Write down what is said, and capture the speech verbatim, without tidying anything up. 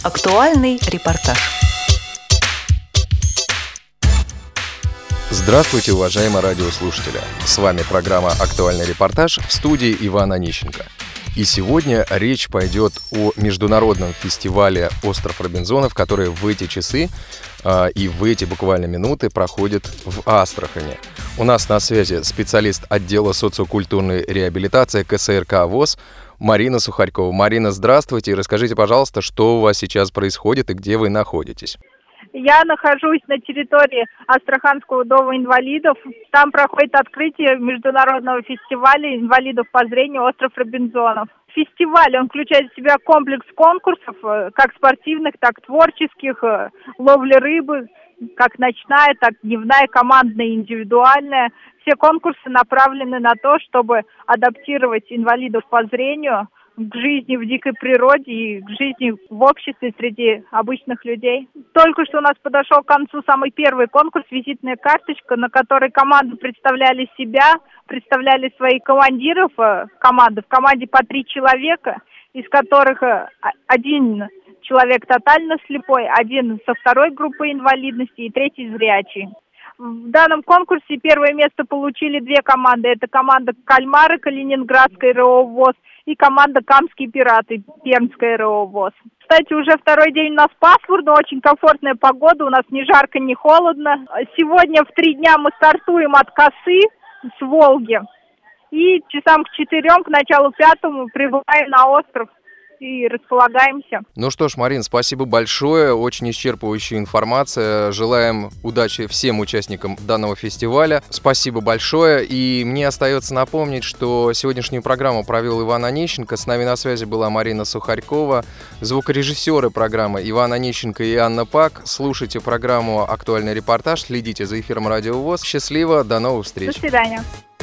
Актуальный репортаж. Здравствуйте, уважаемые радиослушатели! С вами программа «Актуальный репортаж», в студии Иван Онищенко. И сегодня речь пойдет о международном фестивале «Остров Робинзонов», который в эти часы э, и в эти буквально минуты проходит в Астрахани. У нас на связи специалист отдела социокультурной реабилитации ка эс эр ка ВОС Марина Сухарькова. Марина, здравствуйте, и расскажите, пожалуйста, что у вас сейчас происходит и где вы находитесь. Я нахожусь на территории Астраханского дома инвалидов. Там проходит открытие международного фестиваля инвалидов по зрению «Остров Робинзонов». Фестиваль, он включает в себя комплекс конкурсов, как спортивных, так и творческих, ловли рыбы, как ночная, так и дневная, командная, индивидуальная. Все конкурсы направлены на то, чтобы адаптировать инвалидов по зрению к жизни в дикой природе и к жизни в обществе среди обычных людей. Только что у нас подошел к концу самый первый конкурс «Визитная карточка», на которой команды представляли себя, представляли своих командиров команды. В команде по три человека, из которых один человек тотально слепой, один со второй группой инвалидности и третий зрячий. В данном конкурсе первое место получили две команды. Это команда «Кальмары» Калининградской эр о ВОС и команда «Камские пираты» Пермской эр о ВОС. Кстати, уже второй день у нас пасмурно, очень комфортная погода, у нас ни жарко, ни холодно. Сегодня в три дня мы стартуем от Косы с Волги и часам к четырем, к началу пятому прибываем на остров и располагаемся. Ну что ж, Марин, спасибо большое, очень исчерпывающая информация. Желаем удачи всем участникам данного фестиваля. Спасибо большое. И мне остается напомнить, что сегодняшнюю программу провел Иван Онищенко. С нами на связи была Марина Сухарькова, звукорежиссеры программы Иван Онищенко и Анна Пак. Слушайте программу «Актуальный репортаж», следите за эфиром Радио ВОС. Счастливо, до новых встреч. До свидания.